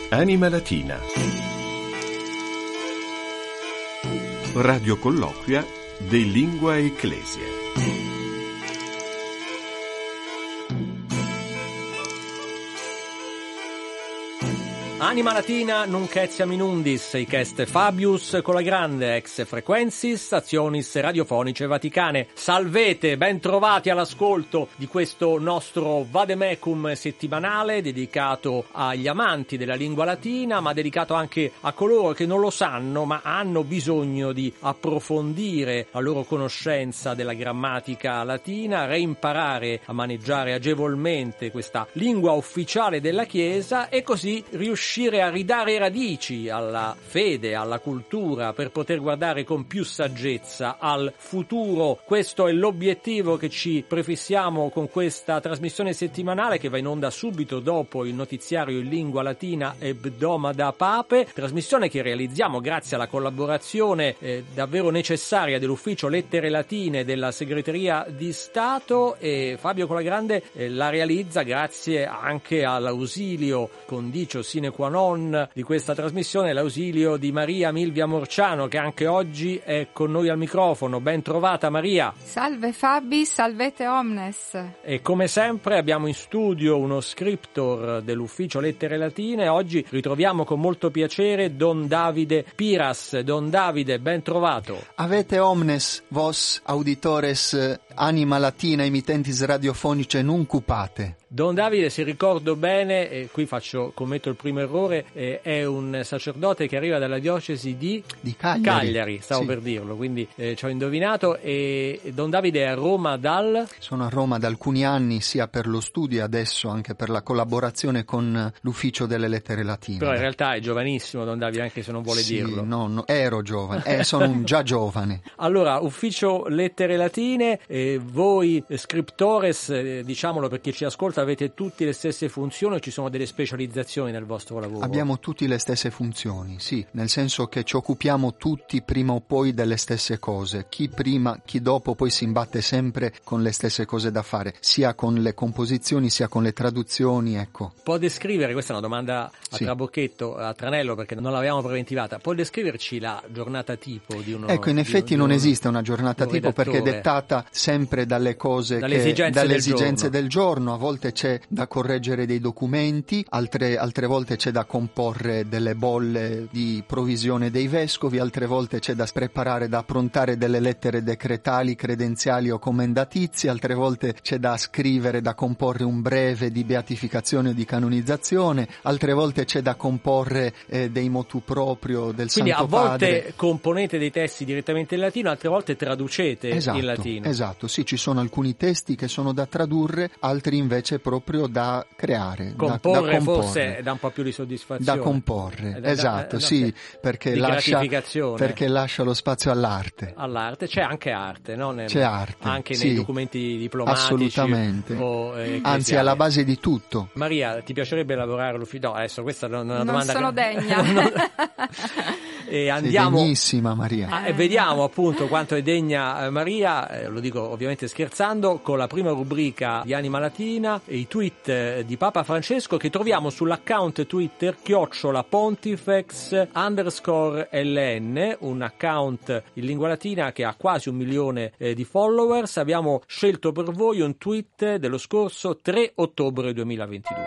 Anima Latina. Radio colloquia de Lingua Ecclesia. Anima Latina nunc etiam in undis, hic est Fabius con la grande ex frequensis stationis radiofonice Vaticane. Salvete, ben trovati all'ascolto di questo nostro vademecum settimanale dedicato agli amanti della lingua latina, ma dedicato anche a coloro che non lo sanno ma hanno bisogno di approfondire la loro conoscenza della grammatica latina, reimparare a maneggiare agevolmente questa lingua ufficiale della Chiesa e così riuscire a ridare radici alla fede, alla cultura, per poter guardare con più saggezza al futuro. Questo è l'obiettivo che ci prefissiamo con questa trasmissione settimanale che va in onda subito dopo il notiziario in lingua latina Hebdomada Pape, trasmissione che realizziamo grazie alla collaborazione davvero necessaria dell'Ufficio Lettere Latine della Segreteria di Stato, e Fabio Colagrande la realizza grazie anche all'ausilio condicio sine qua non di questa trasmissione, l'ausilio di Maria Milvia Morciano, che anche oggi è con noi al microfono. Ben trovata Maria. Salve Fabi, salvete omnes. E come sempre abbiamo in studio uno scriptor dell'Ufficio Lettere Latine. Oggi ritroviamo con molto piacere Don Davide Piras. Don Davide, ben trovato. Avete omnes vos auditores Anima Latina emittentis radiofonice nunc upate. Don Davide, se ricordo bene, e qui commetto il primo errore, è un sacerdote che arriva dalla diocesi di Cagliari, stavo per dirlo, quindi ci ho indovinato. E Don Davide è a Roma Sono a Roma da alcuni anni, sia per lo studio e adesso anche per la collaborazione con l'Ufficio delle Lettere Latine. Però in realtà è giovanissimo Don Davide, anche se non vuole dirlo. No, ero giovane, sono già giovane. Allora, Ufficio Lettere Latine, voi scriptores, diciamolo per chi ci ascolta, avete tutti le stesse funzioni o ci sono delle specializzazioni nel vostro lavoro? Abbiamo tutti le stesse funzioni, sì, nel senso che ci occupiamo tutti prima o poi delle stesse cose. Chi prima, chi dopo, poi si imbatte sempre con le stesse cose da fare, sia con le composizioni sia con le traduzioni, ecco. Può descrivere, questa è una domanda a trabocchetto, a tranello, perché non l'avevamo preventivata, può descriverci la giornata tipo di uno? Ecco, in effetti non esiste una giornata tipo, perché è dettata sempre dalle cose, dalle esigenze del giorno. A volte c'è da correggere dei documenti, altre volte c'è da comporre delle bolle di provvisione dei vescovi, altre volte c'è da preparare, da approntare delle lettere decretali, credenziali o commendatizie, altre volte c'è da scrivere, da comporre un breve di beatificazione o di canonizzazione, altre volte c'è da comporre dei motu proprio del Quindi Santo Padre. Quindi a volte componete dei testi direttamente in latino, altre volte traducete in latino. Esatto, sì, ci sono alcuni testi che sono da tradurre, altri invece proprio da creare, comporre, da forse dà un po' più di soddisfazione, da comporre, sì, perché lascia lo spazio all'arte. C'è anche arte, no? C'è arte anche nei documenti diplomatici, assolutamente, anzi alla base di tutto. Maria, ti piacerebbe lavorare all'ufficio? No, adesso questa è una domanda. Non sono degna. E andiamo. Sei degnissima Maria. E vediamo appunto quanto è degna Maria, lo dico ovviamente scherzando, con la prima rubrica di Anima Latina, i tweet di Papa Francesco che troviamo sull'account Twitter @pontifex_LN, un account in lingua latina che ha quasi 1 milione di followers. Abbiamo scelto per voi un tweet dello scorso 3 ottobre 2022.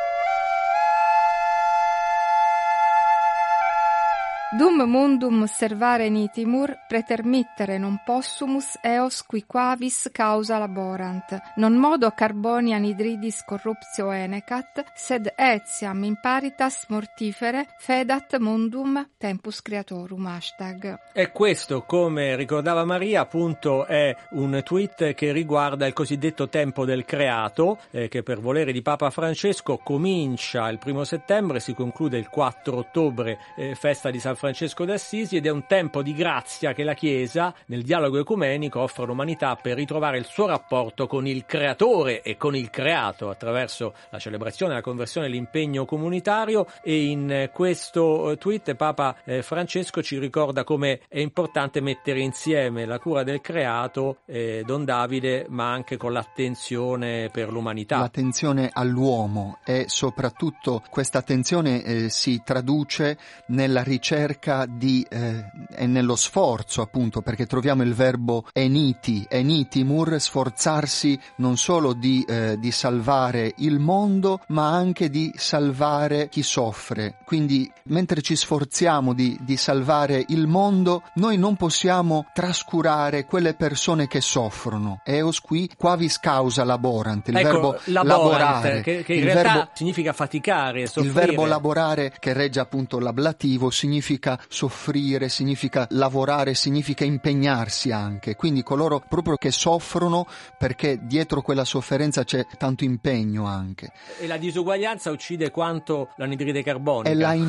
Dum mundum servare nitimur, pretermittere non possumus eos qui quavis causa laborant, non modo carboni anhydridis corruptio enecat, sed etiam in paritas mortifere fedat mundum tempus creatorum. Hashtag. E questo, come ricordava Maria, appunto è un tweet che riguarda il cosiddetto tempo del creato, che per volere di Papa Francesco comincia il 1 settembre, si conclude il 4 ottobre, festa di San Francesco d'Assisi, ed è un tempo di grazia che la Chiesa, nel dialogo ecumenico, offre all'umanità per ritrovare il suo rapporto con il Creatore e con il creato attraverso la celebrazione, la conversione e l'impegno comunitario. E in questo tweet Papa Francesco ci ricorda come è importante mettere insieme la cura del creato, Don Davide, ma anche con l'attenzione per l'umanità. L'attenzione all'uomo, e soprattutto questa attenzione si traduce nella ricerca e nello sforzo, appunto, perché troviamo il verbo enitimur, sforzarsi non solo di salvare il mondo, ma anche di salvare chi soffre. Quindi mentre ci sforziamo di salvare il mondo, noi non possiamo trascurare quelle persone che soffrono. Eos qui quavis causa laborant, il verbo lavorare, che in realtà significa faticare, soffrire. Il verbo lavorare, che regge appunto l'ablativo, significa soffrire, significa lavorare, significa impegnarsi anche. Quindi coloro proprio che soffrono, perché dietro quella sofferenza c'è tanto impegno anche. E la disuguaglianza uccide quanto l'anidride carbonica. E la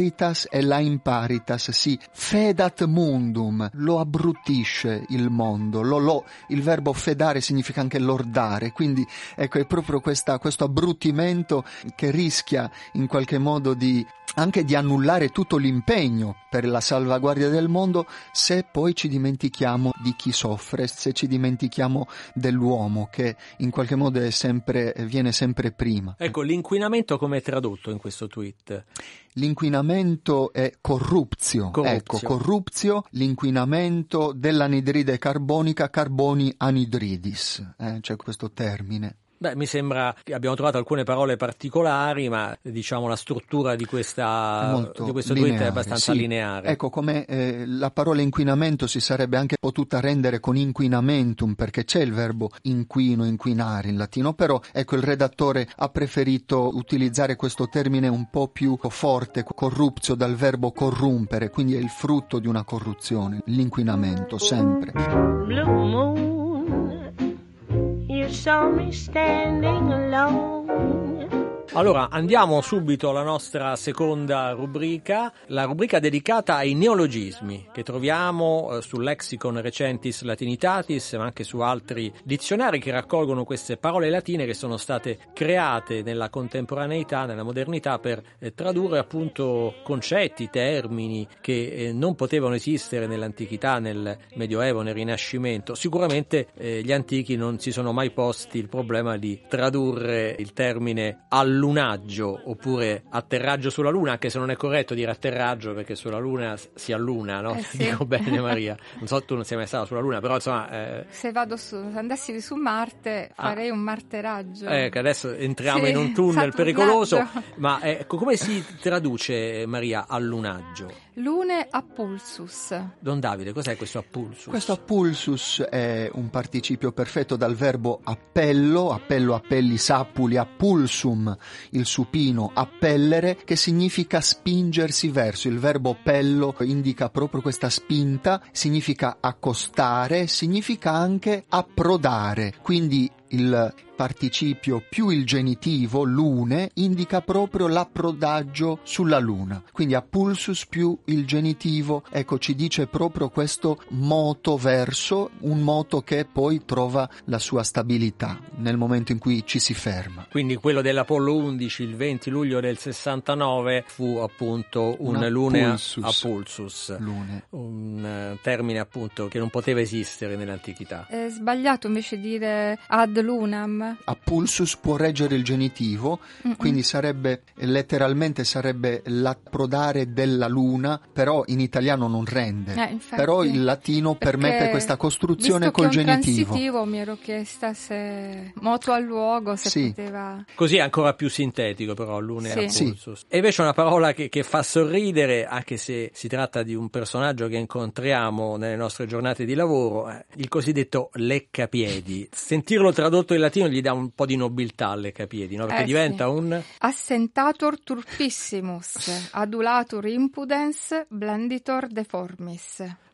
imparitas, sì. Fedat mundum, lo abbruttisce il mondo. Il verbo fedare significa anche lordare, quindi ecco, è proprio questo abbruttimento che rischia in qualche modo anche di annullare tutto l'impegno per la salvaguardia del mondo, se poi ci dimentichiamo di chi soffre, se ci dimentichiamo dell'uomo, che in qualche modo viene sempre prima. Ecco, l'inquinamento come è tradotto in questo tweet? L'inquinamento è corruptio. Ecco, corruptio, l'inquinamento dell'anidride carbonica, carboni anidridis, c'è questo termine. Beh, mi sembra che abbiamo trovato alcune parole particolari, ma diciamo la struttura di questo tweet è abbastanza lineare. Ecco, come la parola inquinamento si sarebbe anche potuta rendere con inquinamentum, perché c'è il verbo inquinare in latino, però ecco, il redattore ha preferito utilizzare questo termine un po' più forte, corruptio, dal verbo corrumpere, quindi è il frutto di una corruzione, l'inquinamento, sempre. Blue moon, you saw me standing alone. Allora, andiamo subito alla nostra seconda rubrica, la rubrica dedicata ai neologismi, che troviamo sul Lexicon Recentis Latinitatis, ma anche su altri dizionari che raccolgono queste parole latine che sono state create nella contemporaneità, nella modernità, per tradurre appunto concetti, termini che non potevano esistere nell'antichità, nel Medioevo, nel Rinascimento. Sicuramente gli antichi non si sono mai posti il problema di tradurre il termine allunaggio oppure atterraggio sulla Luna, anche se non è corretto dire atterraggio perché sulla Luna si alluna, no? Sì. Dico bene, Maria. Non so, tu non sei mai stata sulla Luna, però insomma... Se andassi su Marte farei un marteraggio. Che adesso entriamo in un tunnel pericoloso, ma come si traduce, Maria, allunaggio? Lune appulsus. Don Davide, cos'è questo appulsus? Questo appulsus è un participio perfetto dal verbo appello, appellis appuli, appulsum, il supino appellere, che significa spingersi verso. Il verbo pello indica proprio questa spinta, significa accostare, significa anche approdare, quindi il participio più il genitivo, lune, indica proprio l'approdaggio sulla luna. Quindi appulsus più il genitivo, ecco, ci dice proprio questo moto verso, un moto che poi trova la sua stabilità nel momento in cui ci si ferma. Quindi quello dell'Apollo 11, il 20 luglio del 69, fu appunto un lune appulsus. Lune. Un termine appunto che non poteva esistere nell'antichità. È sbagliato invece dire ad lunam. Appulsus può reggere il genitivo, quindi letteralmente sarebbe l'approdare della luna, però in italiano non rende. Infatti, però il latino permette questa costruzione col genitivo. Visto che è un transitivo, mi ero chiesta se moto al luogo, se poteva... Così è ancora più sintetico, però, lune appulsus. Sì. E invece una parola che fa sorridere, anche se si tratta di un personaggio che incontriamo nelle nostre giornate di lavoro, il cosiddetto leccapiedi. Sentirlo tradotto in latino gli dà un po' di nobiltà alle leccapiedi, no? Perché diventa un assentator turpissimus, adulatur impudens, blanditor deformis.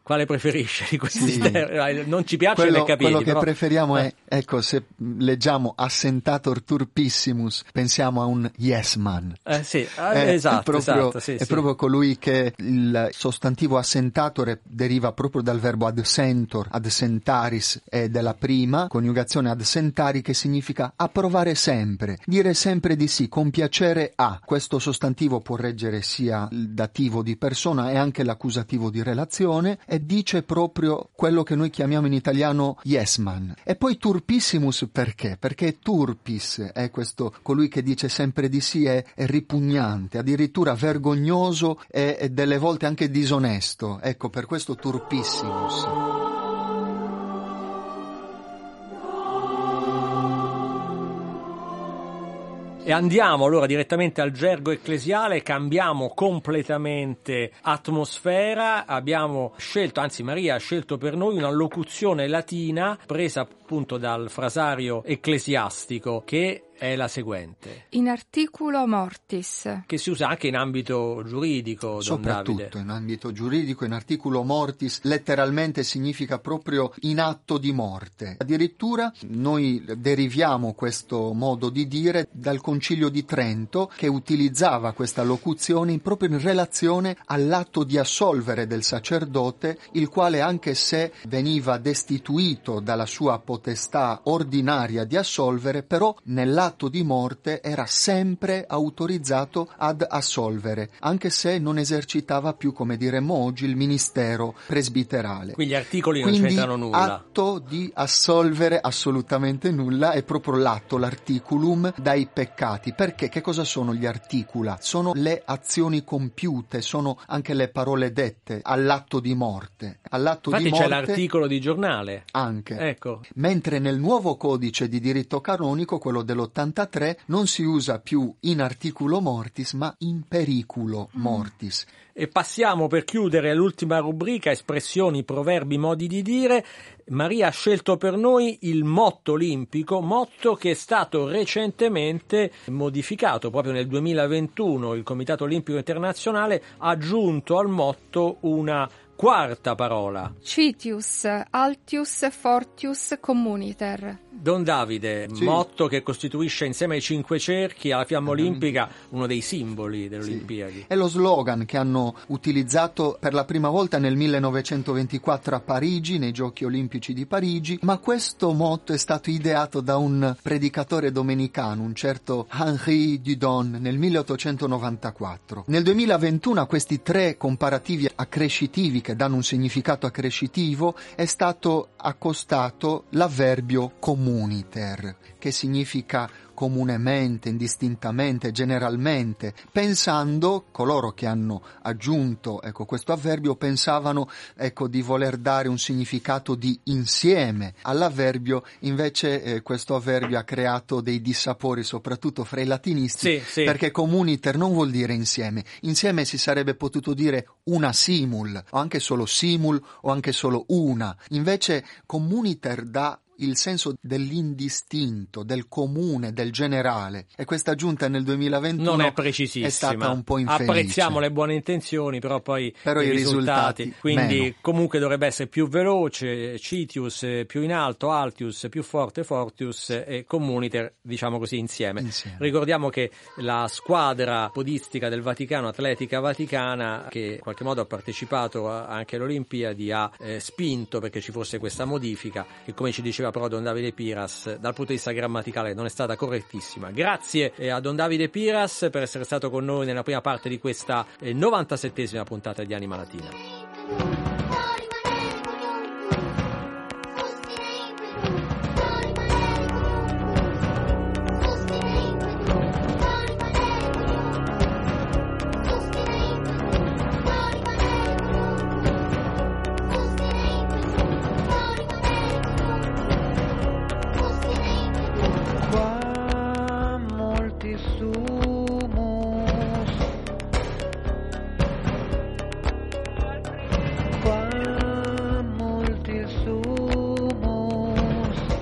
Quale preferisce di questi termini? Non ci piace né capire. Quello che però preferiamo è, ecco, se leggiamo assentator turpissimus, pensiamo a un yes man. Esatto. È proprio colui che il sostantivo assentatore deriva proprio dal verbo adsentor, adsentaris è della prima coniugazione adsentari, che significa approvare sempre, dire sempre di sì, con piacere a. Questo sostantivo può reggere sia il dativo di persona e anche l'accusativo di relazione, e dice proprio quello che noi chiamiamo in italiano yes man. E poi turpissimus perché? Perché turpis è questo, colui che dice sempre di sì, è ripugnante, addirittura vergognoso e delle volte anche disonesto. Ecco, per questo turpissimus. E andiamo allora direttamente al gergo ecclesiale, cambiamo completamente atmosfera. Abbiamo scelto, anzi Maria ha scelto per noi una locuzione latina presa appunto dal frasario ecclesiastico, che è la seguente: in articulo mortis, che si usa anche in ambito giuridico, Don soprattutto Davide. In ambito giuridico, in articulo mortis letteralmente significa proprio in atto di morte. Addirittura noi deriviamo questo modo di dire dal Concilio di Trento, che utilizzava questa locuzione proprio in relazione all'atto di assolvere del sacerdote, il quale, anche se veniva destituito dalla sua potestà ordinaria di assolvere, però nell'atto di morte era sempre autorizzato ad assolvere, anche se non esercitava più, come diremmo oggi, il ministero presbiterale. Quindi gli articoli non c'entrano nulla. Atto di assolvere assolutamente nulla, è proprio l'atto, l'articulum dai peccati. Perché? Che cosa sono gli articula? Sono le azioni compiute, sono anche le parole dette all'atto di morte. All'atto Infatti di morte c'è l'articolo di giornale. Anche. Ecco. Mentre nel nuovo codice di diritto canonico, quello dell'83, non si usa più in articulo mortis, ma in periculo mortis. E passiamo, per chiudere, all'ultima rubrica, espressioni, proverbi, modi di dire. Maria ha scelto per noi il motto olimpico, motto che è stato recentemente modificato. Proprio nel 2021 il Comitato Olimpico Internazionale ha aggiunto al motto una quarta parola: Citius, Altius, Fortius, Communiter. Don Davide, sì. Motto che costituisce insieme ai 5 cerchi alla fiamma olimpica uno dei simboli delle Olimpiadi. È lo slogan che hanno utilizzato per la prima volta nel 1924 a Parigi, nei Giochi Olimpici di Parigi, ma questo motto è stato ideato da un predicatore domenicano, un certo Henri Dudon, nel 1894. Nel 2021 a questi 3 comparativi accrescitivi che danno un significato accrescitivo è stato accostato l'avverbio communiter, che significa comunemente, indistintamente, generalmente, pensando, coloro che hanno aggiunto questo avverbio pensavano di voler dare un significato di insieme all'avverbio, invece questo avverbio ha creato dei dissapori soprattutto fra i latinisti, perché communiter non vuol dire insieme si sarebbe potuto dire una simul, o anche solo simul, o anche solo una, invece communiter dà il senso dell'indistinto, del comune, del generale, e questa aggiunta nel 2021 non è precisissima, è stata un po' infelice. Apprezziamo le buone intenzioni, però poi i risultati quindi meno. Comunque dovrebbe essere più veloce, Citius più in alto, Altius più forte, Fortius, e Communiter, diciamo così, insieme. Ricordiamo che la squadra podistica del Vaticano, Atletica Vaticana, che in qualche modo ha partecipato anche alle Olimpiadi, ha spinto perché ci fosse questa modifica, che, come ci diceva però Don Davide Piras, dal punto di vista grammaticale non è stata correttissima. Grazie a Don Davide Piras per essere stato con noi nella prima parte di questa 97esima puntata di Anima Latina.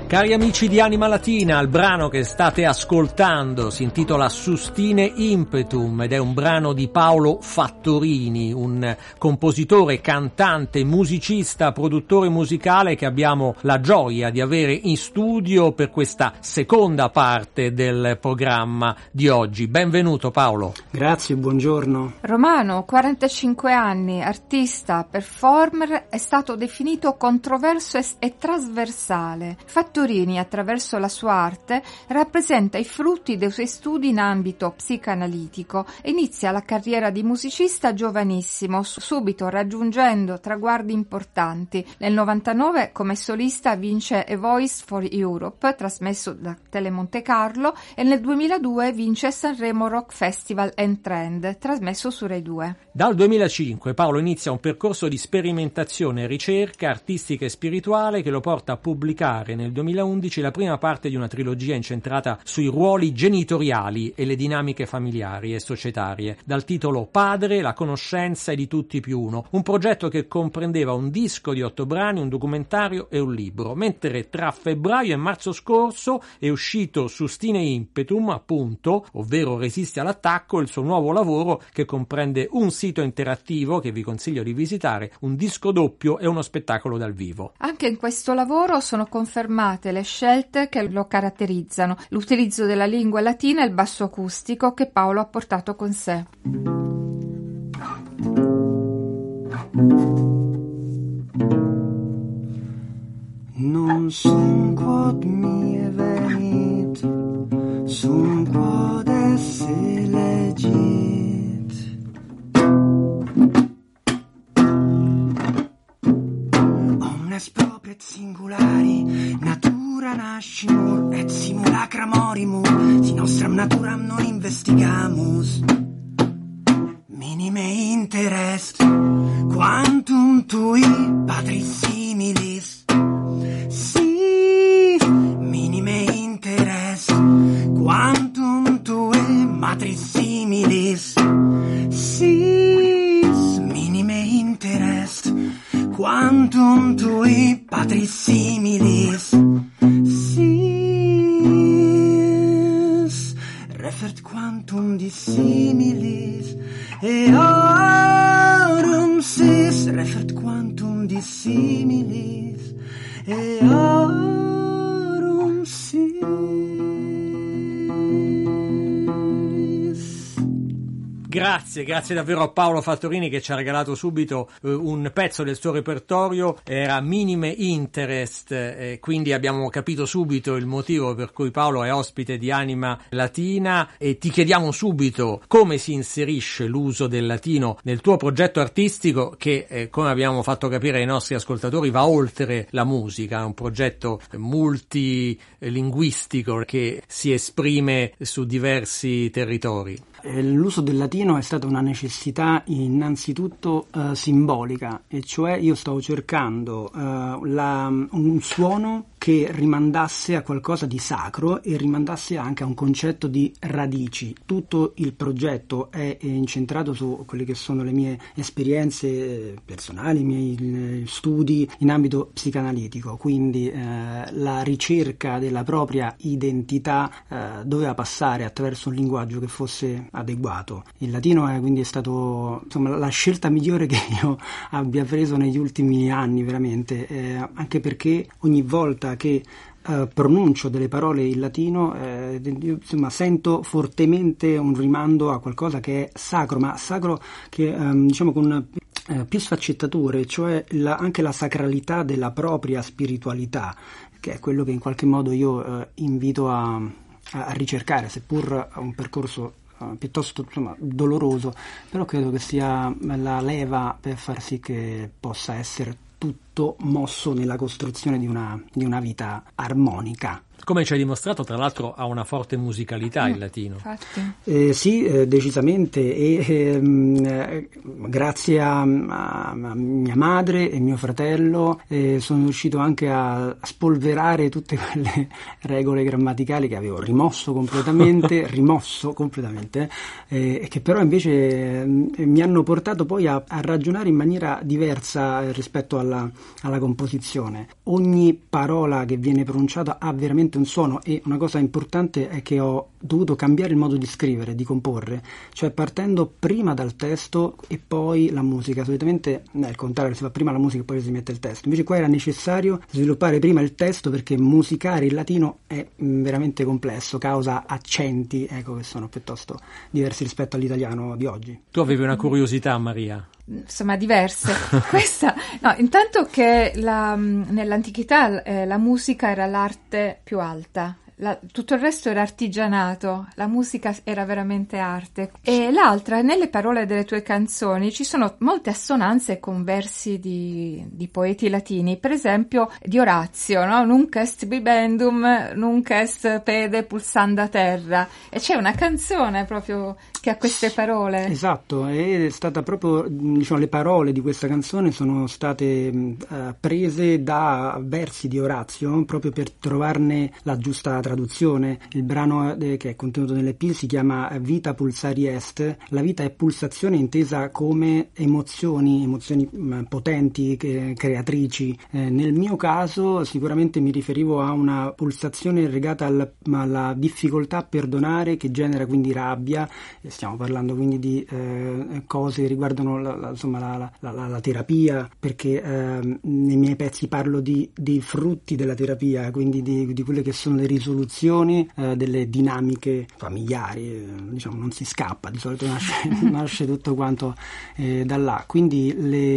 Cari amici di Anima Latina, il brano che state ascoltando si intitola Sustine Impetum ed è un brano di Paolo Fattorini, un compositore, cantante, musicista, produttore musicale che abbiamo la gioia di avere in studio per questa seconda parte del programma di oggi. Benvenuto Paolo. Grazie, buongiorno. Romano, 45 anni, artista, performer, è stato definito controverso e trasversale. Fattorini, attraverso la sua arte, rappresenta i frutti dei suoi studi in ambito psicanalitico e inizia la carriera di musicista giovanissimo, subito raggiungendo traguardi importanti. Nel 99 come solista vince A Voice for Europe, trasmesso da Telemonte Carlo, e nel 2002 vince Sanremo Rock Festival and Trend, trasmesso su Rai 2. Dal 2005 Paolo inizia un percorso di sperimentazione e ricerca artistica e spirituale che lo porta a pubblicare nel 2011 la prima parte di una trilogia incentrata sui ruoli genitoriali e le dinamiche familiari e societarie, dal titolo Padre, la conoscenza e di tutti più uno, un progetto che comprendeva un disco di 8 brani, un documentario e un libro, mentre tra febbraio e marzo scorso è uscito Sustine Impetum, appunto, ovvero Resisti all'attacco, il suo nuovo lavoro che comprende un sito interattivo che vi consiglio di visitare, un disco doppio e uno spettacolo dal vivo. Anche in questo lavoro sono confermate le scelte che lo caratterizzano, l'utilizzo della lingua latina e il basso acustico che Paolo ha portato con sé. Non son quod mi venit, son quod esse legit. Omnes propriet singulari, natura nascimur, et simulacra morimur, si nostram naturam non investigamus. Minime interest, quantum tui patris similis. Si, minime interest, quantum tui matris similis. Si, minime interest, quantum tui patris similis. Sis, refert quantum dissimilis, eorum sis, refert quantum dissimilis, eorum sis. Grazie davvero a Paolo Fattorini che ci ha regalato subito un pezzo del suo repertorio, era Minime Interest, quindi abbiamo capito subito il motivo per cui Paolo è ospite di Anima Latina e ti chiediamo subito come si inserisce l'uso del latino nel tuo progetto artistico che, come abbiamo fatto capire ai nostri ascoltatori, va oltre la musica, è un progetto multilinguistico che si esprime su diversi territori. L'uso del latino è stata una necessità innanzitutto simbolica, e cioè io stavo cercando un suono che rimandasse a qualcosa di sacro e rimandasse anche a un concetto di radici. Tutto il progetto è incentrato su quelle che sono le mie esperienze personali, i miei studi in ambito psicanalitico, quindi la ricerca della propria identità doveva passare attraverso un linguaggio che fosse adeguato. Il latino quindi è stato la scelta migliore che io abbia preso negli ultimi anni, veramente, anche perché ogni volta che pronuncio delle parole in latino sento fortemente un rimando a qualcosa che è sacro, ma sacro che con più sfaccettature, cioè anche la sacralità della propria spiritualità, che è quello che in qualche modo io invito a ricercare, seppur un percorso piuttosto doloroso, però credo che sia la leva per far sì che possa essere tutto mosso nella costruzione di una vita armonica. Come ci hai dimostrato, tra l'altro ha una forte musicalità il latino. Sì, decisamente, e grazie a mia madre e mio fratello sono riuscito anche a spolverare tutte quelle regole grammaticali che avevo rimosso completamente, e che però invece mi hanno portato poi a ragionare in maniera diversa rispetto alla composizione. Ogni parola che viene pronunciata ha veramente un suono, e una cosa importante è che ho dovuto cambiare il modo di scrivere, di comporre, cioè partendo prima dal testo e poi la musica. Solitamente è il contrario, si fa prima la musica e poi si mette il testo. Invece qua era necessario sviluppare prima il testo, perché musicare il latino è veramente complesso, causa accenti, ecco, che sono piuttosto diversi rispetto all'italiano di oggi. Tu avevi una curiosità, Maria? Insomma, diverse. Questa, no, intanto che nell'antichità la musica era l'arte più alta. Tutto il resto era artigianato, la musica era veramente arte. E l'altra, nelle parole delle tue canzoni ci sono molte assonanze con versi di poeti latini, per esempio di Orazio, no? Nunc est bibendum, nunc est pede pulsanda terra, e c'è una canzone proprio che ha queste parole. Esatto, è stata proprio, diciamo, le parole di questa canzone sono state prese da versi di Orazio, proprio per trovarne la giusta traduzione. Il brano che è contenuto nell'EP si chiama Vita pulsari est. La vita è pulsazione intesa come emozioni potenti, creatrici. Nel mio caso sicuramente mi riferivo a una pulsazione legata alla difficoltà a perdonare, che genera quindi rabbia. Stiamo parlando quindi di cose che riguardano la terapia, perché nei miei pezzi parlo dei frutti della terapia, quindi di quelle che sono le risoluzioni, delle dinamiche familiari, diciamo, non si scappa, di solito nasce tutto quanto da là. Quindi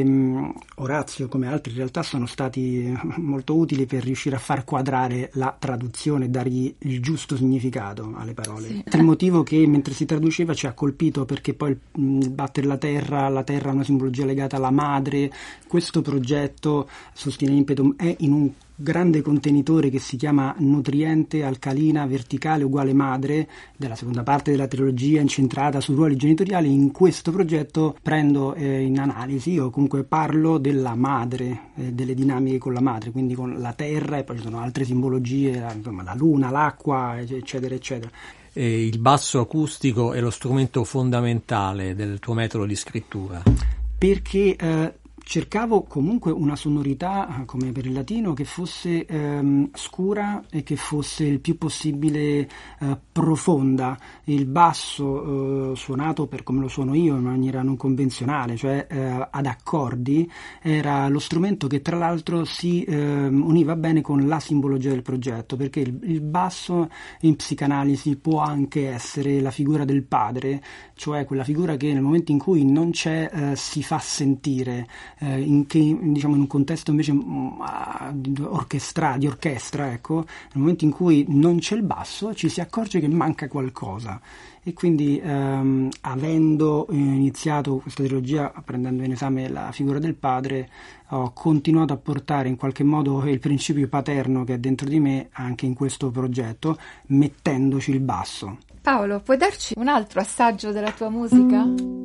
Orazio, come altri in realtà, sono stati molto utili per riuscire a far quadrare la traduzione e dargli il giusto significato alle parole. Sì. Il motivo che mentre si traduceva ci ha colpito, perché poi il battere la terra è una simbologia legata alla madre. Questo progetto Sustina Impetum è in un grande contenitore che si chiama Nutriente Alcalina Verticale uguale Madre, della seconda parte della trilogia incentrata sui ruoli genitoriali. In questo progetto prendo in analisi, o comunque parlo della madre, delle dinamiche con la madre, quindi con la terra, e poi ci sono altre simbologie, insomma, la luna, l'acqua, eccetera eccetera. E il basso acustico è lo strumento fondamentale del tuo metodo di scrittura? Perché cercavo comunque una sonorità, come per il latino, che fosse scura e che fosse il più possibile profonda. Il basso suonato per come lo suono io, in maniera non convenzionale, cioè ad accordi, era lo strumento che tra l'altro si univa bene con la simbologia del progetto, perché il basso in psicanalisi può anche essere la figura del padre, cioè quella figura che nel momento in cui non c'è si fa sentire, in un contesto invece di orchestra, ecco, nel momento in cui non c'è il basso ci si accorge che manca qualcosa. E quindi avendo iniziato questa trilogia prendendo in esame la figura del padre, ho continuato a portare in qualche modo il principio paterno che è dentro di me anche in questo progetto, mettendoci il basso. Paolo, puoi darci un altro assaggio della tua musica?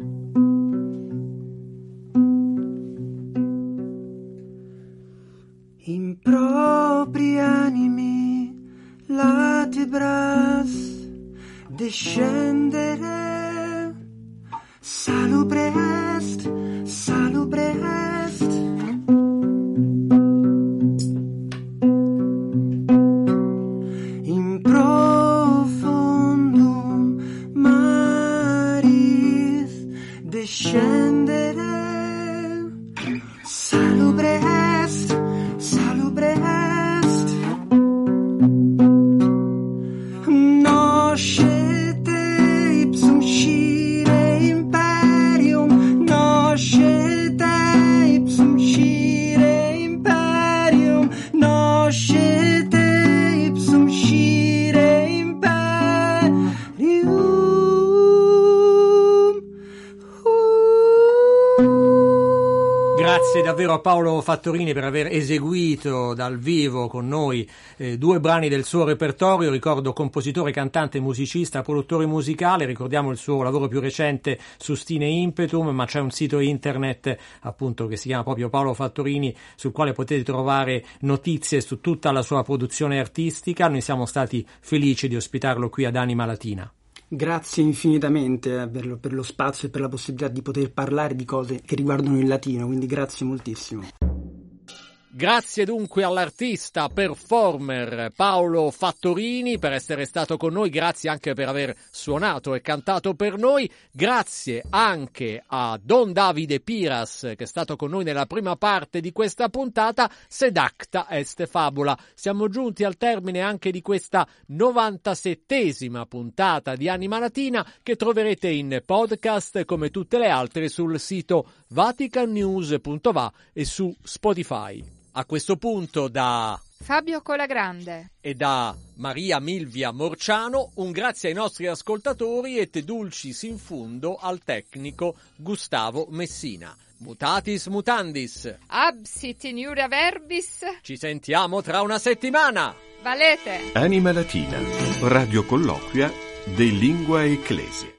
In propri animi latebras descendere, salubre est, salubre est. In profundum maris descendere, salubre est, salubre est. Noscete ipsum scire imperium, noscete ipsum scire imperium, noscete ipsum scire imperium. Grazie davvero a Paolo Fattorini per aver eseguito dal vivo con noi 2 brani del suo repertorio. Ricordo compositore, cantante, musicista, produttore musicale. Ricordiamo il suo lavoro più recente su Stine Impetum, ma c'è un sito internet appunto che si chiama proprio Paolo Fattorini, sul quale potete trovare notizie su tutta la sua produzione artistica. Noi siamo stati felici di ospitarlo qui ad Anima Latina. Grazie infinitamente per lo spazio e per la possibilità di poter parlare di cose che riguardano il latino, quindi grazie moltissimo. Grazie dunque all'artista performer Paolo Fattorini per essere stato con noi, grazie anche per aver suonato e cantato per noi, grazie anche a Don Davide Piras che è stato con noi nella prima parte di questa puntata. Sed acta est fabula. Siamo giunti al termine anche di questa 97esima puntata di Anima Latina, che troverete in podcast come tutte le altre sul sito vaticannews.va e su Spotify. A questo punto da Fabio Colagrande e da Maria Milvia Morciano un grazie ai nostri ascoltatori et dulcis in fundo al tecnico Gustavo Messina. Mutatis mutandis. Absit in iura verbis. Ci sentiamo tra una settimana. Valete. Anima Latina, radio colloquia de Lingua Ecclesia.